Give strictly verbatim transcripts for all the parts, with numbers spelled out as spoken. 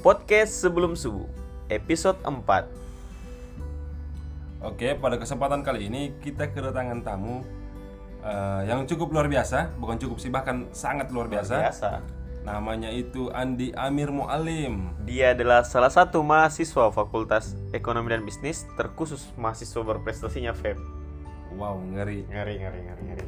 Podcast Sebelum Subuh, episode empat. Oke, pada kesempatan kali ini kita kedatangan tamu uh, yang cukup luar biasa. Bukan cukup sih, bahkan sangat luar biasa. Luar biasa. Namanya itu Andi Amir Mualim. Dia adalah salah satu mahasiswa Fakultas Ekonomi dan Bisnis, terkhusus mahasiswa berprestasinya F E B. Wow, ngeri. Ngeri, ngeri, ngeri, ngeri.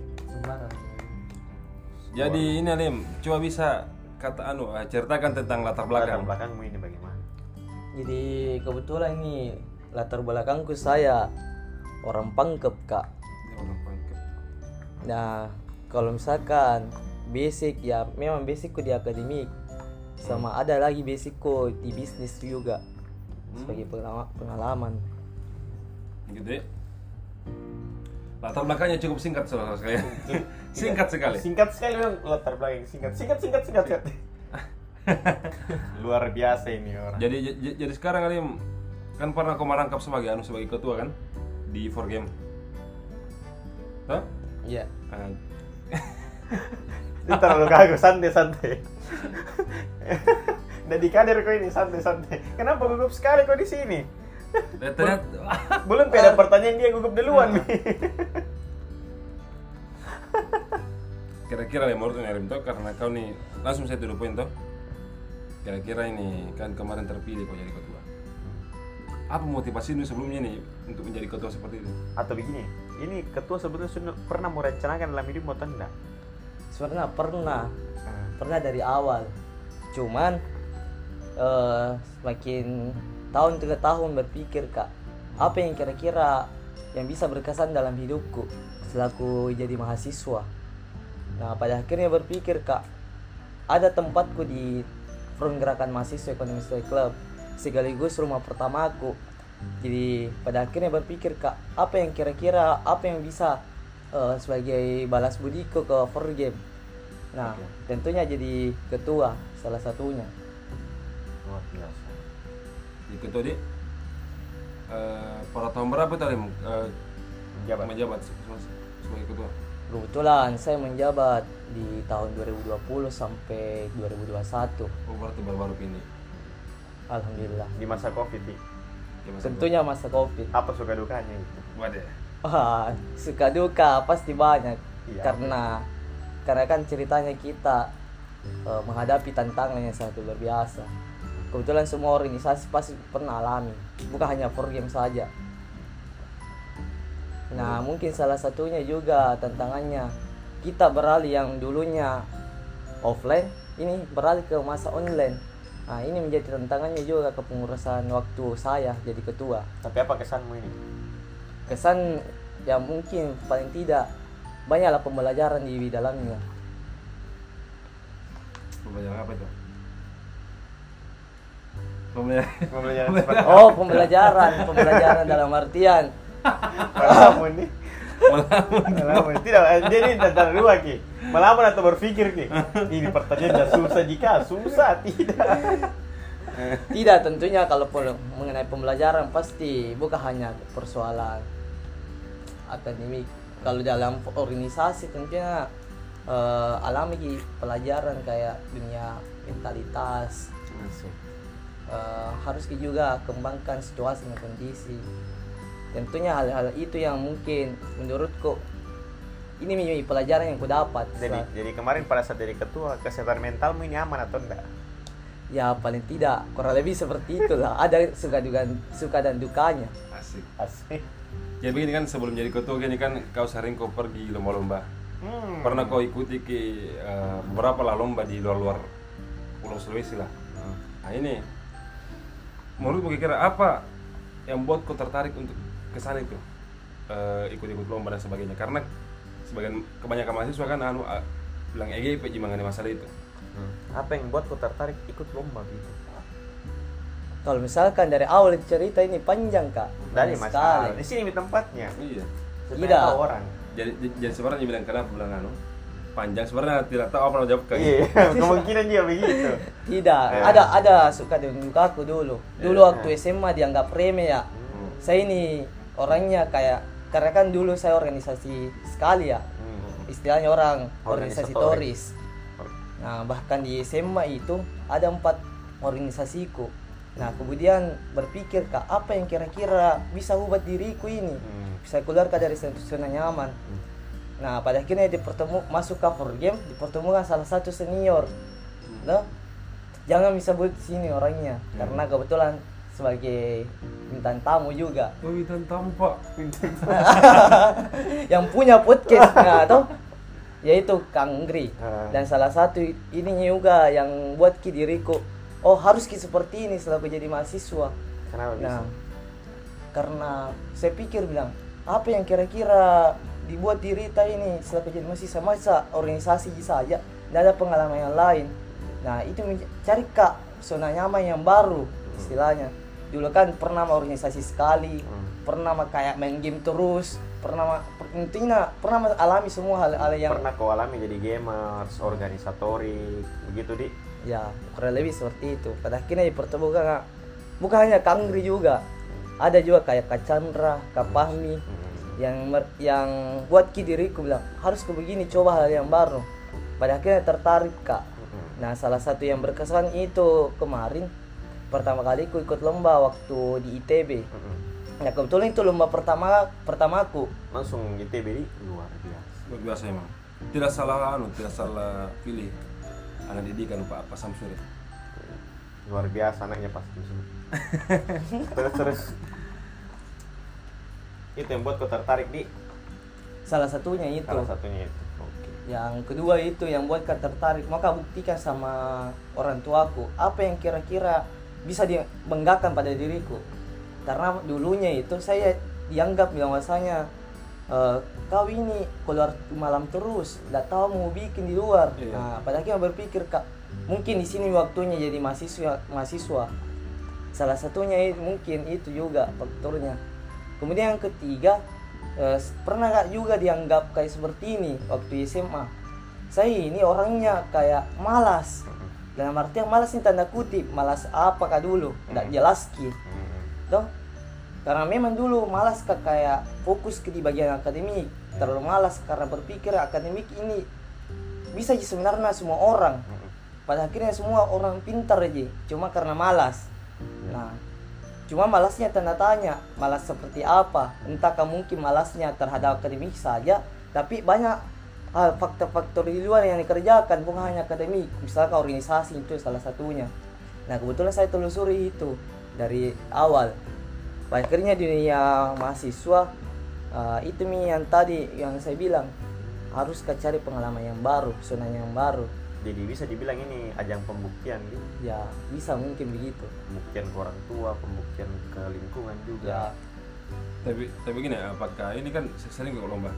Jadi ini Alim, coba bisa kata anu uh, ceritakan tentang latar belakang. Latar belakangmu ini bagaimana? Jadi kebetulan ini latar belakangku saya orang Pangkep, Kak. Dia orang Pangkep. Nah, kalau misalkan basic ya memang basicku di akademik, sama ada lagi basicku di bisnis juga sebagai pengala- pengalaman. Gitu ya. Latar belakangnya cukup singkat saudara sekalian. Singkat sekali. Singkat sekali memang latar belakang. Singkat, singkat, singkat, singkat. singkat. Luar biasa ini orang. Jadi j- jadi sekarang Alim kan pernah kau merangkap sebagai anu sebagai ketua kan di four game. Hah? Iya. Ah, Ini terlalu kagum, santai-santai. Udah dikader kau ini, santai-santai. Kenapa gugup sekali kau di sini? dan ternyata Belum ada pertanyaan dia gugup duluan nih. kira-kira yang menurut Alim toh karena kau nih langsung saya tuduh poin toh. Kira-kira ini kan kemarin terpilih kau jadi ketua. Apa motivasimu sebelumnya nih untuk menjadi ketua seperti itu? Atau begini, ini ketua sebetulnya sudah pernah merencanakan dalam hidupmu atau enggak? Sebenarnya pernah, pernah dari awal. Cuman eh, semakin tahun ke tahun berpikir, Kak, apa yang kira-kira yang bisa berkesan dalam hidupku selaku jadi mahasiswa. Nah, pada akhirnya berpikir, Kak, ada tempatku di Front Gerakan Mahasiswa Ekonomi Study Club, sekaligus rumah pertamaku. Jadi pada akhirnya berpikir, Kak, apa yang kira-kira apa yang bisa uh, sebagai balas budiku ke four game. Nah, Oke. tentunya jadi ketua salah satunya. Luar biasa. Di ketua di eh, pada tahun berapa tadi uh, Menjabat. menjabat se- sebagai ketua? Kebetulan saya menjabat di tahun dua ribu dua puluh sampai dua ribu dua puluh satu. Oh berarti baru-baru ini. Alhamdulillah. Di masa Covid ini. Ya, masa Tentunya masa Covid. Apa suka dukanya itu? gua- Waduh. Wah, suka duka pasti banyak. Iya. Karena karena kan ceritanya kita eh, menghadapi tantangan yang sangat luar biasa. Kebetulan semua organisasi pasti pernah alami, bukan hanya for game saja. Nah, mungkin salah satunya juga tantangannya kita beralih yang dulunya offline, ini beralih ke masa online. Nah, ini menjadi tantangannya juga kepengurusan waktu saya jadi ketua. Tapi apa kesanmu ini? Kesan yang mungkin paling tidak banyaklah pembelajaran di dalamnya. Pembelajaran apa itu? Pembelajaran. Pembelajaran seperti Oh, pembelajaran, pembelajaran dalam artian melamun nih. Melamun. Tidak, dia ini antara dua Ki. Melamun atau berpikir Ki. Ini pertanyaannya susah jika susah tidak. tidak, tentunya kalau pol- mengenai pembelajaran pasti bukan hanya persoalan akademik. Kalau dalam organisasi tentunya eh, alami Ki, pelajaran kayak dunia mentalitas. Eh, harus Ki juga kembangkan situasi dan kondisi. Tentunya hal-hal itu yang mungkin menurutku ini menjadi pelajaran yang kudapat. Jadi, Sa- jadi kemarin pada saat jadi ketua, kesehatan mentalmu ini aman atau enggak? ya paling tidak kurang lebih seperti itulah. Ada suka juga suka dan dukanya. Asik. Asik. Jadi begini kan sebelum jadi ketua gini kan kau sering kau pergi lomba-lomba. Hmm. Pernah kau ikuti ke eh, beberapa lah lomba di luar-luar Pulau Sulawesi lah. Nah ini menurutmu kira-kira apa yang buat kau tertarik untuk kesana itu Eh, ikut-ikut lomba dan sebagainya? Karena sebagian kebanyakan mahasiswa kan anu ah, bilang E G I P mengenai masalah itu. Apa yang buat kau tertarik ikut lomba gitu? Kalau misalkan dari awal cerita ini panjang, Kak. Dari Banyak masalah. Di sini tempatnya. Iya. Supaya Tidak. tahu orang. Jadi jadi sebenarnya bilang kenapa bilang anu panjang sebenarnya tidak tahu apa mau jawab kayak Iya, kemungkinan dia begitu. Tidak, Eh. ada ada suka dan duka aku dulu. Dulu Eh. waktu S M A dianggap remeh ya. Hmm. Saya ini orangnya kayak karena kan dulu saya organisasi sekali ya. Hmm. Istilahnya orang organisasi Organisatoris. toris. Nah, bahkan di S M A itu ada empat organisasiku. Nah kemudian berpikir kak apa yang kira-kira bisa ubah diriku ini, Hmm. bisa keluarkan dari zona nyaman. Hmm. Nah pada akhirnya dipertemu masuk ke for game, dipertemukan salah satu senior. Nah, jangan disebut sini orangnya Hmm. karena kebetulan sebagai bintang tamu juga Oh, bintang tamu pak. yang punya podcast nah toh yaitu Kang Ngri. Ah. Dan salah satu ininya juga yang buat ki diriku oh harus ki seperti ini setelah aku jadi mahasiswa. Kenapa bisa? Nah karena saya pikir bilang apa yang kira-kira dibuat diri kita ini setelah aku jadi mahasiswa, masa organisasi saja tidak ada pengalaman yang lain. Nah itu mencari kak zona nyaman yang baru istilahnya. Dulu kan pernah sama organisasi sekali, Hmm. pernah sama kayak main game terus, pernah ma- per- intinya pernah ma- alami semua hal-hal yang Pernah kau alami jadi gamers, organisatorik, begitu di? ya kurang lebih seperti itu. Pada akhirnya dipertemukan Kak. Bukan hanya Kang Ngri juga, ada juga kayak Kak Chandra, Kak Fahmi Hmm. yang mer- yang buat ki diriku bilang harus ke begini, coba hal yang baru. Pada akhirnya tertarik kak. Hmm. Nah salah satu yang berkesan itu kemarin pertama kali ku ikut lomba waktu di I T B. Hmm. Nah kebetulan itu lomba pertama pertamaku. Langsung I T B di luar biasa. Luar biasa emang. Tidak salah anu, tidak salah pilih anak didikan Pak Pak Samsuri. Luar biasa anaknya pasti. terus terus itu yang buat kau tertarik di Salah satunya itu. salah satunya itu. Oke. Yang kedua itu yang buat kak tertarik, maka buktikan sama orang tuaku apa yang kira-kira bisa dibanggakan pada diriku. Karena dulunya itu saya dianggap bilang bahasanya e, kau ini keluar malam terus, nggak tahu mau bikin di luar. Iya. Nah, pada akhirnya berpikir kak, mungkin di sini waktunya jadi mahasiswa mahasiswa. Salah satunya itu, mungkin itu juga faktornya. Kemudian yang ketiga, eh, pernah gak juga dianggap kayak seperti ini waktu S M A. Saya ini orangnya kayak malas. Dalam artian malas ini tanda kutip, malas apakah dulu, nggak jelas ki. Hmm. Toh? Karena memang dulu malas kak kayak fokus ke di bagian akademik, terlalu malas karena berpikir akademik ini bisa sebenarnya semua orang. Hmm. Pada akhirnya semua orang pintar aja, cuma karena malas. Nah, cuma malasnya tanda tanya, malas seperti apa? Entahkah mungkin malasnya terhadap akademik saja, tapi banyak hal faktor-faktor di luar yang dikerjakan, bukan hanya akademik. Misalkan organisasi itu salah satunya. Nah, kebetulan saya telusuri itu dari awal. Pada akhirnya di dunia mahasiswa, uh, itu mi yang tadi yang saya bilang, harus cari pengalaman yang baru, zona yang baru. Jadi bisa dibilang ini ajang pembuktian gitu. Ya, bisa mungkin begitu. Pembuktian ke orang tua, pembuktian ke lingkungan Ya, juga. Tapi tapi gini, apakah ini kan sering ke lomba?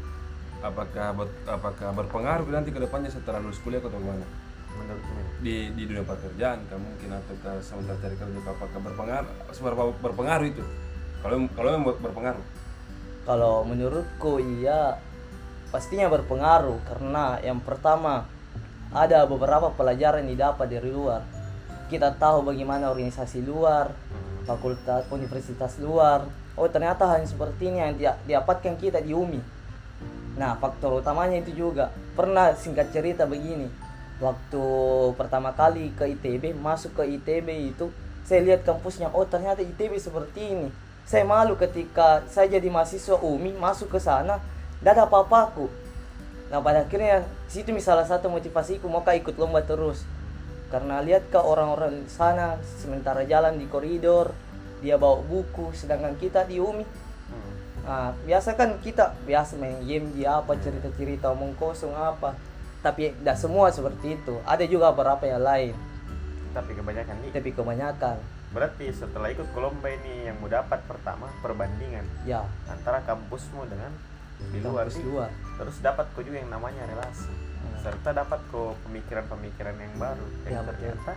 Apakah ber- apakah berpengaruh nanti ke depannya setelah lulus kuliah atau gimana? Menurut gimana? Di di dunia pekerjaan kan mungkin atau ke sementara cari kerja apakah berpengaruh seberapa berpengaruh itu? Kalau kalau memang ber- berpengaruh. kalau menurutku iya pastinya berpengaruh karena yang pertama ada beberapa pelajaran yang didapat dari luar. Kita tahu bagaimana organisasi luar, fakultas universitas luar. Oh ternyata hal yang seperti ini yang dia- didapatkan kita di U M I. Nah faktor utamanya itu juga. Pernah singkat cerita begini, waktu pertama kali ke I T B, masuk ke I T B itu saya lihat kampusnya, oh ternyata I T B seperti ini. Saya malu ketika saya jadi mahasiswa U M I masuk ke sana, tidak ada apa-apaku. Nah pada akhirnya situ salah satu motivasiku mau ikut lomba terus. Karena lihat ke orang-orang di sana sementara jalan di koridor dia bawa buku, sedangkan kita di U M I. Hmm. Nah, biasa kan kita biasa main game di apa cerita-cerita omong kosong apa. Tapi tidak semua seperti itu. Ada juga beberapa yang lain. Tapi kebanyakan nih. Tapi kebanyakan Berarti setelah ikut ke lomba ini yang mau dapat pertama perbandingan ya antara kampusmu dengan di luar kampus nih. luar. Terus dapat kok juga yang namanya relasi. Serta dapat kok pemikiran-pemikiran yang baru. Ya, Yang ternyata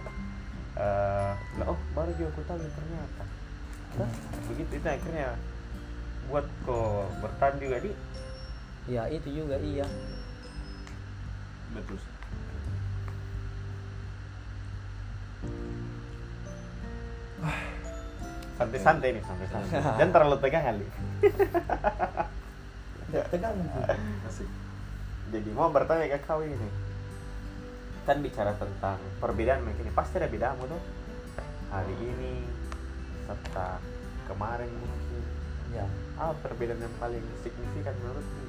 eh, lah, oh baru juga aku tahu yang ternyata. Nah, begitu itu akhirnya buat kok bertahan juga di Ya itu juga iya. Betul. santai-santai nih santai-santai. Jangan terlalu tegang kali. Tegang. Asik. Jadi mau bertanya ke kau ini. Kan bicara tentang perbedaan mungkin pasti ada bedamu tuh hari ini serta kemarin mungkin, Ya, apa perbedaan yang paling signifikan menurutmu?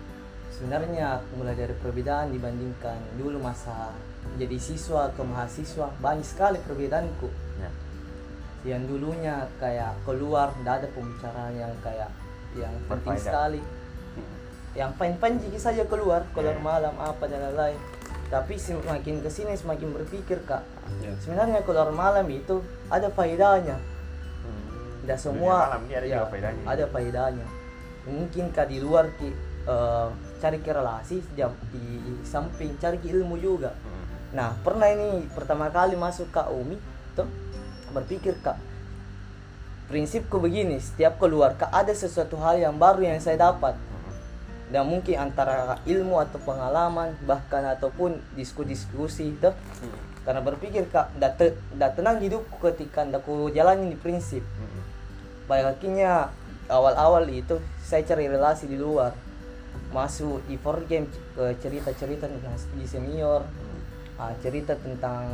sebenarnya mulai dari perbedaan dibandingkan dulu masa jadi siswa ke mahasiswa, banyak sekali perbedaanku. Ya. Yang dulunya kayak keluar, tidak ada pembicaraan yang kayak yang penting Berfaedah. sekali, yang pain-pain saja keluar, keluar Ya. malam apa dan lain-lain. Tapi semakin kesini semakin berpikir kak, Ya. sebenarnya keluar malam itu ada faedahnya. Hmm. Tidak Dunia semua malam ini ada ya, juga faedahnya. ada faedahnya. Mungkin kak di luar ki eh, cari ke relasi, di, di samping cari ke ilmu juga. Hmm. Nah pernah ini pertama kali masuk ke Umi tuh berpikir kak, prinsipku begini, setiap keluar kak ada sesuatu hal yang baru yang saya dapat. Dan mungkin antara ilmu atau pengalaman bahkan ataupun diskusi-diskusi tuh. Karena berpikir kak, dah te, dah tenang hidupku ketika ndak ku jalani di prinsip. Hmm. Baik akhirnya awal-awal itu saya cari relasi di luar, masuk di for game ke cerita-cerita tentang di senior, ah, cerita tentang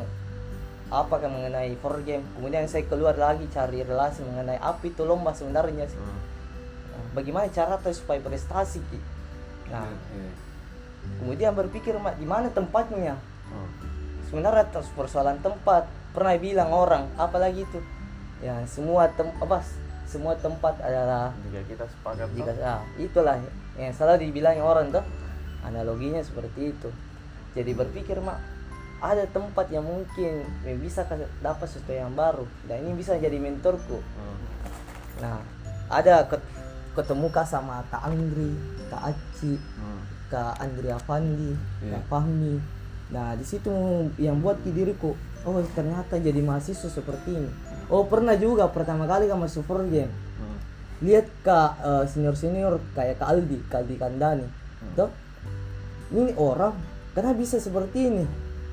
apa kan mengenai for game. Kemudian saya keluar lagi cari relasi mengenai apa itu lomba sebenarnya sih. Hmm. Nah, bagaimana cara tuh supaya prestasi Ki? Nah Ya. kemudian berpikir "Mak, di mana tempatnya?" Hmm. Sebenarnya terus persoalan tempat, pernah bilang orang apalagi itu ya semua tem apa semua tempat adalah Jika kita sepakat jika toh, ah, itulah yang salah dibilang orang tuh, analoginya seperti itu. Jadi berpikir mak ada tempat yang mungkin bisa kas- dapat sesuatu yang baru dan ini bisa jadi mentorku. hmm. Nah ada ket- ketemu kak sama kak Andri, kak Aci, Hmm. kak Andri Afandi, Iya. kak Fahmi. Nah di situ yang buat di diriku, oh ternyata jadi mahasiswa seperti ini. Oh pernah juga pertama kali kamu masuk for game, Hmm. lihat kak senior senior kayak kak Aldi, kak Aldi Kandani, tuh ini orang karena bisa seperti ini.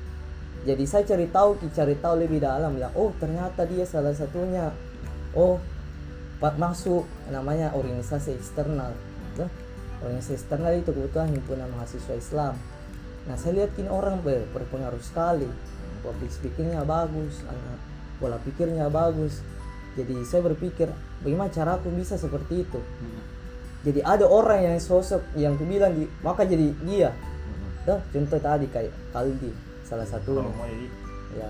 Jadi saya cari tahu, cari tahu lebih dalam ya. Oh ternyata dia salah satunya. Oh pak masuk namanya organisasi eksternal, tuh organisasi eksternal itu kebetulan himpunan mahasiswa Islam. Nah saya lihat ini orang ber- berpengaruh sekali, public speakingnya bagus, anak pola pikirnya bagus. Jadi saya berpikir bagaimana cara aku bisa seperti itu. Jadi ada orang yang sosok yang ku bilang di, maka jadi dia. Tuh contoh tadi kayak Aldi salah satunya. Kalau mau jadi Ya.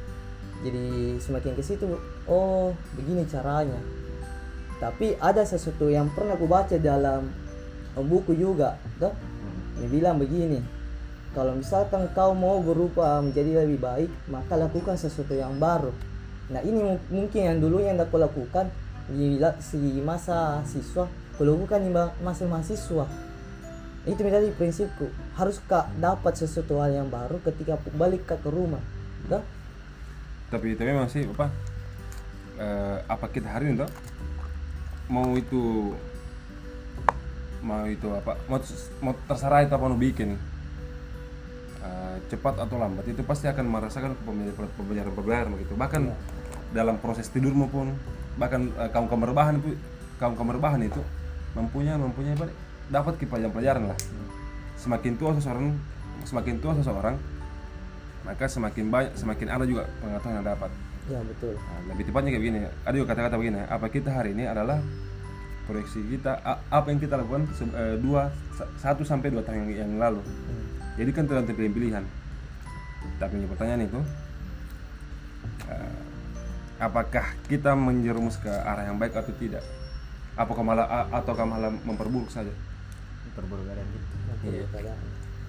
Jadi semakin ke situ, oh begini caranya. Tapi ada sesuatu yang pernah ku baca dalam buku juga, tuh. Dia bilang begini, kalau misalkan kau mau berubah menjadi lebih baik, maka lakukan sesuatu yang baru. Nah ini mu- mungkin yang dulu yang aku lakukan di la- si masa siswa, aku lakukan di ma- masa mahasiswa. Itu menjadi prinsipku, harus kak dapat sesuatu hal yang baru ketika balik kak ke rumah. Tuh. Tapi tapi memang sih apa eh, apa kita hari ini toh mau itu mau itu apa mau, mau terserah itu apa mau bikin eh, cepat atau lambat itu pasti akan merasakan pembelajaran-pembelajaran begitu, bahkan Ya. dalam proses tidur maupun bahkan eh, kaum kaum rebahan itu kaum kaum rebahan itu mempunyai mempunyai apa, dapat ki pelajaran-pelajaran lah. Semakin tua seseorang semakin tua seseorang maka semakin banyak semakin ada juga pengetahuan yang dapat. Ya betul. Nah, lebih tepatnya kayak begini, ada juga kata-kata begini, apa kita hari ini adalah proyeksi kita, a- apa yang kita lakukan se- eh, dua, sa- satu sampai dua tahun yang, yang lalu. Hmm. Jadi kan tergantung pilihan-pilihan. Tapi ini pertanyaan itu, eh, apakah kita menjerumus ke arah yang baik atau tidak? Apakah malah a- ataukah malah memperburuk saja? perburukan keadaan gitu. Iya. Keadaan.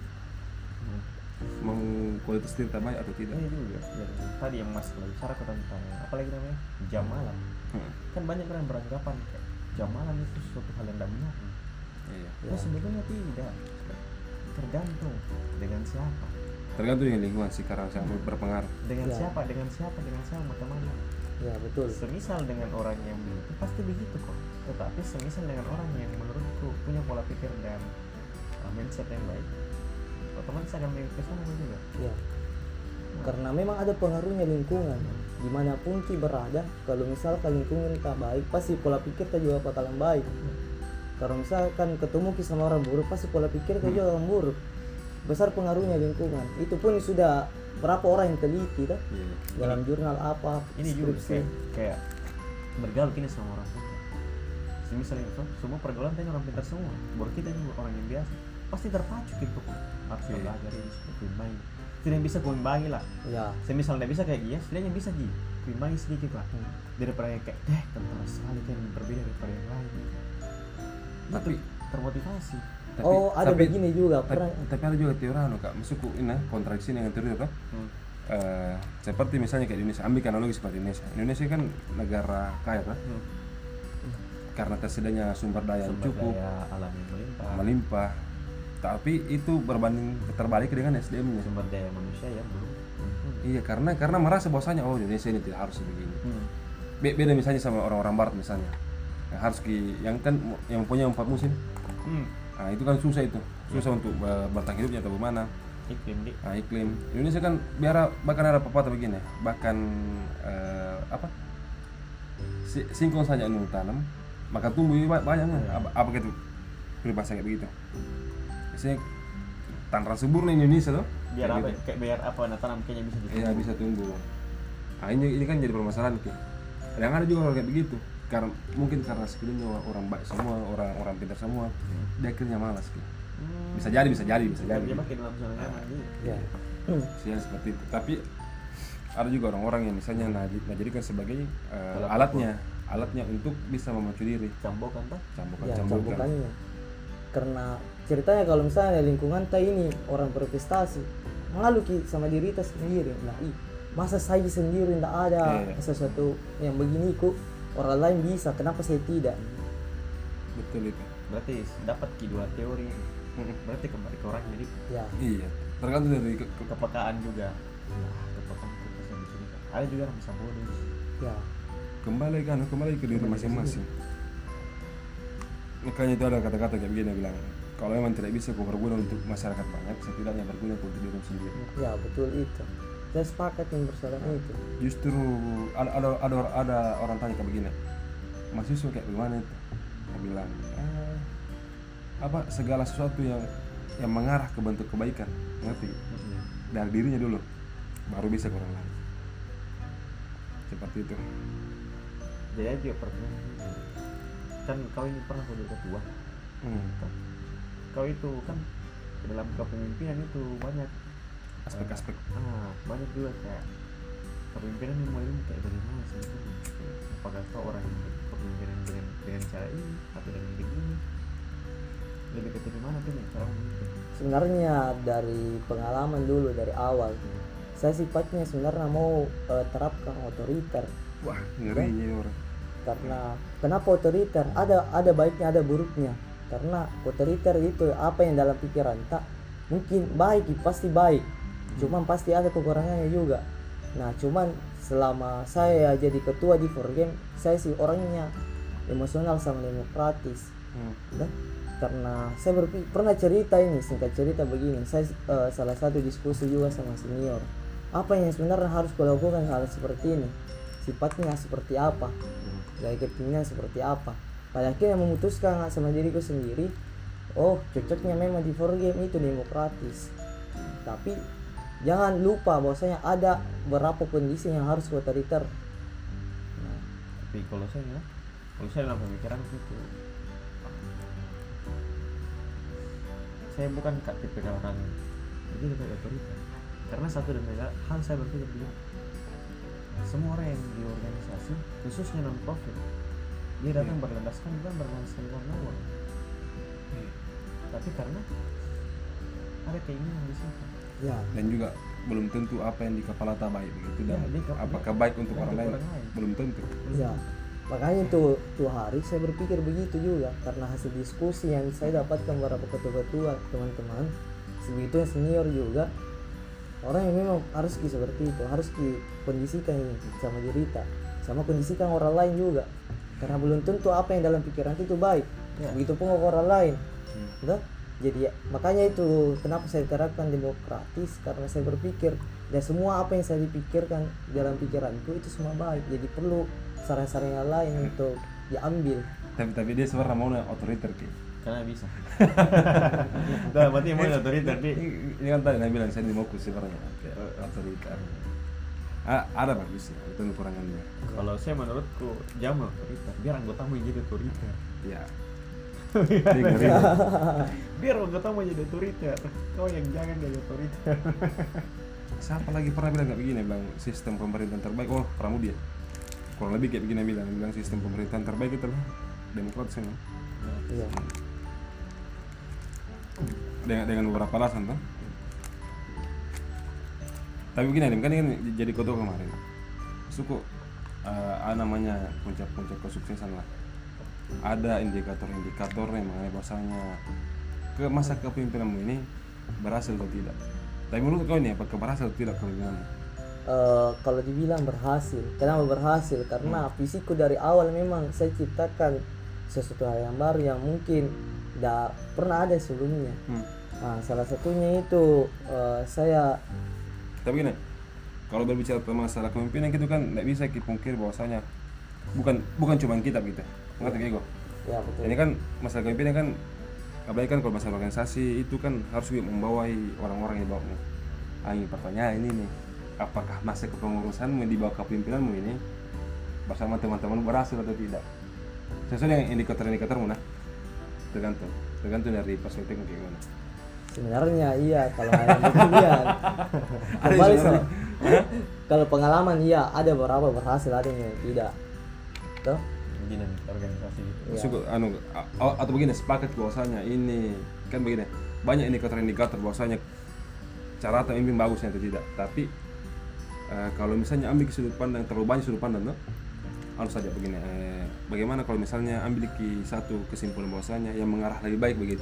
Mau kualitas tidur baik atau tidak? Ini juga yang tadi yang Mas lagi bicara tentang apa lagi namanya jam malam. Hmm. Kan banyak orang beranggapan kayak jam malam itu suatu hal yang tidak benar. Iya. Ya. Sebetulnya tidak. Tergantung dengan siapa. Tergantung dengan lingkungan sih, karena sangat berpengaruh. Dengan Ya. siapa, dengan siapa, dengan siapa mau kemana. Ya betul. Semisal dengan orang yang begitu pasti begitu kok. Tetapi semisal dengan orang yang menurutku punya pola pikir dan uh, mindset yang baik, otomatis akan mengikuti sana juga. Ya. Karena memang ada pengaruhnya lingkungan. Dimanapun kita berada, kalau misalkan lingkungan tak baik, pasti pola pikir kita juga bakalan baik. Kalau misalkan ketemu kita sama orang buruk, pasti pola pikir kita juga akan buruk. besar pengaruhnya lingkungan. Itu pun sudah berapa orang yang teliti kan Iya. dalam jurnal apa Ini juga skripsi. kayak, kayak bergaul kini sama orang pintar. Misalnya so, semua pergaulan tanya orang pintar semua. Baru kita ini orang yang biasa pasti terpacu gitu. Harus Iya. belajar ini seperti imbangi. Tidak bisa kau imbangi lah. Ya. Semisal tidak bisa kayak dia, setidaknya bisa ji. Kau imbangi sedikit lah. Hmm. Daripada kayak eh tentara sekali kan berbeda daripada yang lain. Tapi Itu termotivasi. tapi, Oh ada tapi, begini juga tapi, pernah. tapi ada juga teori anu kak, maksudku ini kontradiksi dengan teori itu. Hmm. Eh, seperti misalnya kayak Indonesia, ambil analogi seperti Indonesia. Indonesia kan negara kaya kan, Hmm. karena tersedianya sumber daya yang Sumber cukup, daya alam yang melimpah. melimpah. Tapi itu berbanding terbalik dengan S D M-nya. Sumber daya manusia yang belum. Hmm. Iya, karena karena merasa bahwasanya oh Indonesia ini tidak harus begini. Hmm. Be- beda misalnya sama orang-orang barat misalnya, yang harus ki, yang kan yang punya empat musim. Hmm. Nah itu kan susah itu, susah untuk uh, bertahan hidupnya atau bagaimana. Iklim di. Nah iklim Indonesia kan biara bahkan ada pepatah begini, bahkan uh, apa si- singkong saja anu tanam maka tumbuh ba- banyaknya. Apa, apa gitu peribahasa kayak begitu. Biasanya tanah subur nih Indonesia tuh. Biar kayak apa? gitu. Kayak biar apa? Nah tanam kayaknya bisa Iya bisa tumbuh. Nah ini ini kan jadi permasalahan ki. Yang ada juga orang kayak begitu. Karena mungkin karena sekelilingnya orang baik semua, orang orang pintar semua, dia akhirnya malas ki. Hmm. Bisa jadi, bisa jadi, bisa Jadi jadi. dia makin dalam zona nyaman gitu. Ya. Hmm. Sih seperti itu. Tapi ada juga orang-orang yang misalnya nah, di- nah jadikan sebagai uh, Alat alatnya, alatnya untuk bisa memacu diri. Cambokan tuh. Cambukan, Ya, cambukan. cambukannya. Karena ceritanya kalau misalnya lingkungan ta ini orang berprestasi, malu ki sama diri ta sendiri. Nah, ih, masa saya sendiri tidak ada Iya. sesuatu yang begini kok orang lain bisa, kenapa saya tidak? Betul itu. Berarti dapat ki dua teori. Berarti kembali ke orang jadi Ya, Iya. Tergantung dari ke, ke- kepekaan juga. Wah, kepekaan itu pasti bisa juga. Ada juga yang bisa bodoh. ya, kembali kan, kembali ke diri masing-masing. Makanya itu ada kata-kata kayak begini bilang, kalau memang tidak bisa kau berguna untuk masyarakat banyak, setidaknya berguna untuk diri sendiri. ya betul itu. Saya sepakat yang bersalah itu. Justru ada ada ada, ada orang tanya kayak begini, mahasiswa kayak bagaimana itu? Dia bilang, eh, apa segala sesuatu yang yang mengarah ke bentuk kebaikan, ngerti? Dari dirinya dulu, baru bisa ke orang lain. Seperti itu. Jadi aja juga pernah kan kau ini pernah jadi ketua. Hmm. Kau itu kan di dalam kepemimpinan itu banyak Aspek-aspek. ah banyak juga kayak kepemimpinan yang mulai kayak bagaimana sih itu apakah kau orang yang kepemimpinan dengan dengan cara ini atau dengan begini lebih ke tipe mana tuh nih cara memimpin. Sebenarnya dari pengalaman dulu dari awal, saya sifatnya sebenarnya mau eh, terapkan otoriter. Wah, ngeri ini orang. Karena kenapa otoriter? Ada ada baiknya ada buruknya. Karena otoriter itu apa yang dalam pikiran tak mungkin baik pasti baik, cuman pasti ada kekurangannya juga. Nah cuman selama saya jadi ketua di Forgame, saya sih orangnya emosional sama demokratis. Hmm. Dan karena saya berpikir, pernah cerita ini singkat cerita begini, saya eh, salah satu diskusi juga sama senior, apa yang sebenarnya harus kulakukan hal seperti ini, sifatnya seperti apa, gaya kepemimpinan seperti apa. Pada akhirnya memutuskan sama diriku sendiri, oh cocoknya memang di Forgame itu demokratis. Tapi jangan lupa bahwasanya ada beberapa kondisi yang harus otoriter. Nah, tapi kalau saya ya, kalau saya dalam pemikiran itu saya bukan kak tipe orang itu lebih otoriter karena satu dan lain hal saya berpikir begini, semua orang yang di organisasi khususnya non profit dia datang berlandaskan bukan berlandaskan karena uang, tapi karena ada keinginan di situ. Ya, Dan juga belum tentu apa yang di kepala tak baik begitu dan Ya, di kepala- apakah baik untuk baik orang untuk lain orang lain. belum tentu. ya. Makanya tuh tuh hari saya berpikir begitu juga karena hasil diskusi yang saya dapatkan beberapa ketua-ketua teman-teman sebegitunya senior juga orang yang memang harus ki seperti itu, harus ki kondisikan ini sama dirita, sama kondisikan orang lain juga karena belum tentu apa yang dalam pikiran itu baik. Ya. Begitupun ke orang lain. Hmm. Udah? Jadi ya, makanya itu kenapa saya terapkan demokratis karena saya berpikir dan semua apa yang saya dipikirkan dalam pikiranku itu semua baik. Jadi perlu saran-saran yang lain untuk diambil. Tapi tapi dia sebenarnya mau otoriter ki. karena bisa. Nah, berarti mau otoriter tapi Ini, ini kan tadi saya bilang saya mau sebenarnya kayak otoriter. Ah, ada bagusnya, itu kekurangannya. kalau saya menurutku jangan otoriter, biar anggotamu yang jadi otoriter. Ya. Dengerin. Biar anggotamu jadi otoriter, kau yang jangan jadi otoriter. Siapa lagi pernah bilang nggak begini, bilang sistem pemerintahan terbaik, oh Pramudia kurang lebih kayak begini bilang, bilang sistem pemerintahan terbaik itu lah demokratis memang. Iya. dengan dengan beberapa alasan kan. Tapi begini Adim, kan ini jadi ketua kemarin suku uh, ada namanya puncak-puncak kesuksesan lah, ada indikator-indikatornya mengenai bahwasanya ke masa kepemimpinanmu ini berhasil atau tidak. Tapi menurut kau ini apakah berhasil atau tidak kepemimpinanmu? Eh, kalau dibilang berhasil, kenapa berhasil? Karena fisikku dari awal memang saya ciptakan sesuatu hal yang baru yang mungkin tidak pernah ada sebelumnya. Hmm. Nah, salah satunya itu eh, saya Tapi gini, kalau berbicara tentang masalah kepemimpinan itu kan tidak bisa dipungkir bahwasanya bukan bukan cuma kita gitu. Ngerti gak gue? ya betul. Ini kan masalah kepemimpinan kan, apalagi kan kalau masalah organisasi itu kan harus membawai orang-orang di bawahmu. Ah, ini pertanyaan ini nih, apakah masa kepengurusanmu di bawah kepemimpinanmu ini bersama teman-teman berhasil atau tidak? Sesuai dengan indikator-indikatormu nah, tergantung, tergantung dari perspektifmu kayak gimana. Sebenarnya iya kalau hanya beginian. Kembali sama kalau pengalaman iya ada beberapa berhasil, ada yang tidak. Tuh. Dinamika organisasi gitu. Iya. Maksudku, anu a- atau begini sepakat bahwasanya ini kan begini banyak indikator-indikator bahwasanya cara atau memimpin bagus atau tidak. Tapi eh, kalau misalnya ambil sudut pandang terlalu banyak sudut pandang, no? Harus saja begini. Eh, bagaimana kalau misalnya ambil ki satu kesimpulan bahwasanya yang mengarah lebih baik begitu?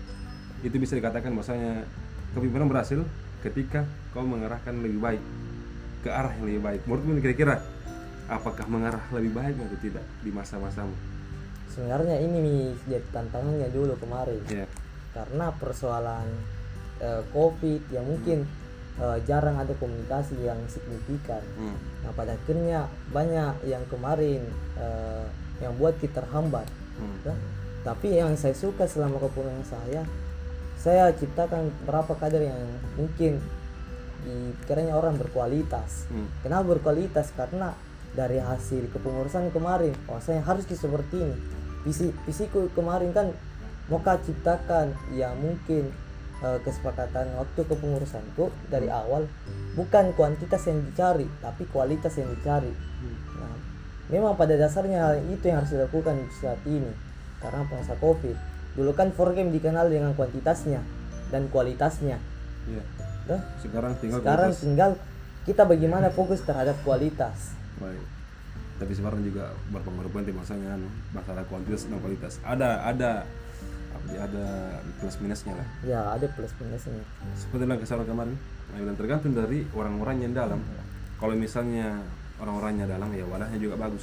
Itu bisa dikatakan bahwasanya kepemimpinan berhasil ketika kau mengarahkan lebih baik ke arah yang lebih baik. Menurutmu kira-kira apakah mengarah lebih baik atau tidak di masa-masamu? Sebenarnya ini nih jadi tantangannya dulu kemarin. Iya. Karena persoalan eh, COVID yang mungkin eh, jarang ada komunikasi yang signifikan. Hmm. Nah pada akhirnya banyak yang kemarin eh, yang buat kita terhambat. Hmm. Ya. Tapi yang saya suka selama kepemimpinan saya, saya ciptakan beberapa kader yang mungkin dikiranya orang berkualitas. Hmm. Kenapa berkualitas? Karena dari hasil kepengurusan kemarin, oh saya harus seperti ini. Visi visiku kemarin kan mau ciptakan ya mungkin eh, kesepakatan waktu kepengurusanku dari awal bukan kuantitas yang dicari, tapi kualitas yang dicari. Nah, memang pada dasarnya hal itu yang harus dilakukan saat ini karena masa COVID. Dulu kan Forgame dikenal dengan kuantitasnya dan kualitasnya. Iya. Tuh. Sekarang tinggal Sekarang kualitas. tinggal kita bagaimana fokus terhadap kualitas. Baik. Tapi sekarang juga berpengaruh penting bahwasanya anu, masalah kuantitas dan kualitas. Ada ada apa ya, ada plus minusnya lah. Ya ada plus minusnya. Seperti yang kesalahan kemarin, nah, dan tergantung dari orang-orang yang dalam. Kalau misalnya orang-orangnya dalam ya wadahnya juga bagus.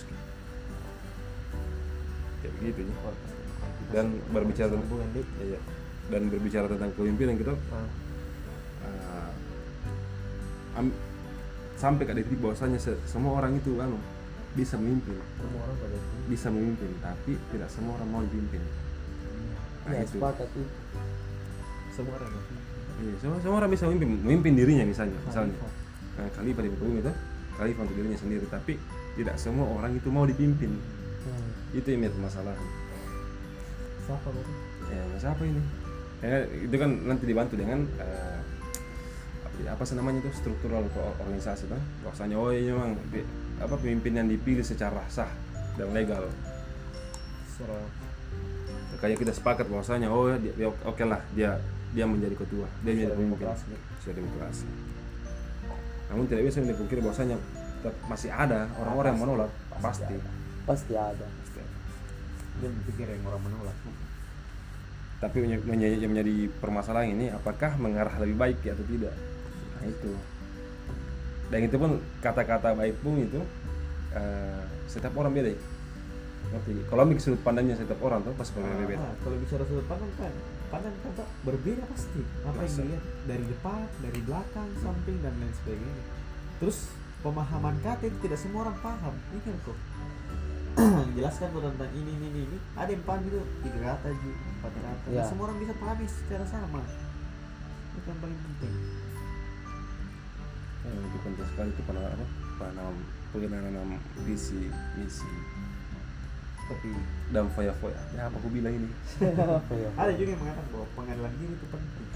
Kayak begitu ya. Dan berbicara tentang Hubungan deh. iya, dan berbicara tentang kepemimpinan gitu. Ah. Uh, am- sampai ke titik bahwasanya se- semua orang itu anu bisa memimpin, Semua orang pada itu. bisa memimpin, tapi tidak semua orang mau dipimpin. Nah, Ya itu. sepakat itu. Semua orang itu. Iya, semua, semua orang bisa memimpin, memimpin dirinya misalnya, misalnya. Khalifah. Nah, khalifah di buku itu, khalifah untuk dirinya sendiri, tapi tidak semua orang itu mau dipimpin. Hmm. Itu yang menjadi masalah. Siapa baru? Ya, siapa ini? Ya, itu kan nanti dibantu dengan eh, apa, ya, apa sih namanya itu struktural or- organisasi kan? Bahwasanya oh ini memang di- apa pemimpin yang dipilih secara sah dan legal. Seorang Kayak kita sepakat bahwasanya oh dia, dia oke lah dia dia menjadi ketua, dia menjadi Secara pemimpin. demokrasi. Secara demokrasi. Namun tidak bisa dipungkiri bahwasanya tetap masih ada orang-orang yang menolak, pasti. ada. Pasti ada. Pasti ada. Dia berpikir yang orang menolak. Tapi menye- menye- yang menjadi permasalahan ini apakah mengarah lebih baik ya atau tidak? Nah itu. Dan itu pun kata-kata baik pun itu eh, setiap orang beda. Ngerti? Kalau ambil sudut pandangnya setiap orang tuh pasti berbeda. Ah, kalau bicara sudut pandang kan, pandang kan Pak, berbeda pasti. Apa yang Masa? dilihat dari depan, dari belakang, samping dan lain sebagainya. Terus pemahaman kata itu tidak semua orang paham, ingat kok. menjelaskan tuh tentang ini ini ini, ini. Ada yang paham itu tiga kata aja, empat kata. Ya. Nah, semua orang bisa pahami secara sama. Itu yang paling penting. Yang lebih penting sekali itu pada apa? Penanam, penanam visi, misi, Tapi dan foya-foya. Ya apa aku bilang ini? ada juga yang mengatakan bahwa pengadilan diri itu penting.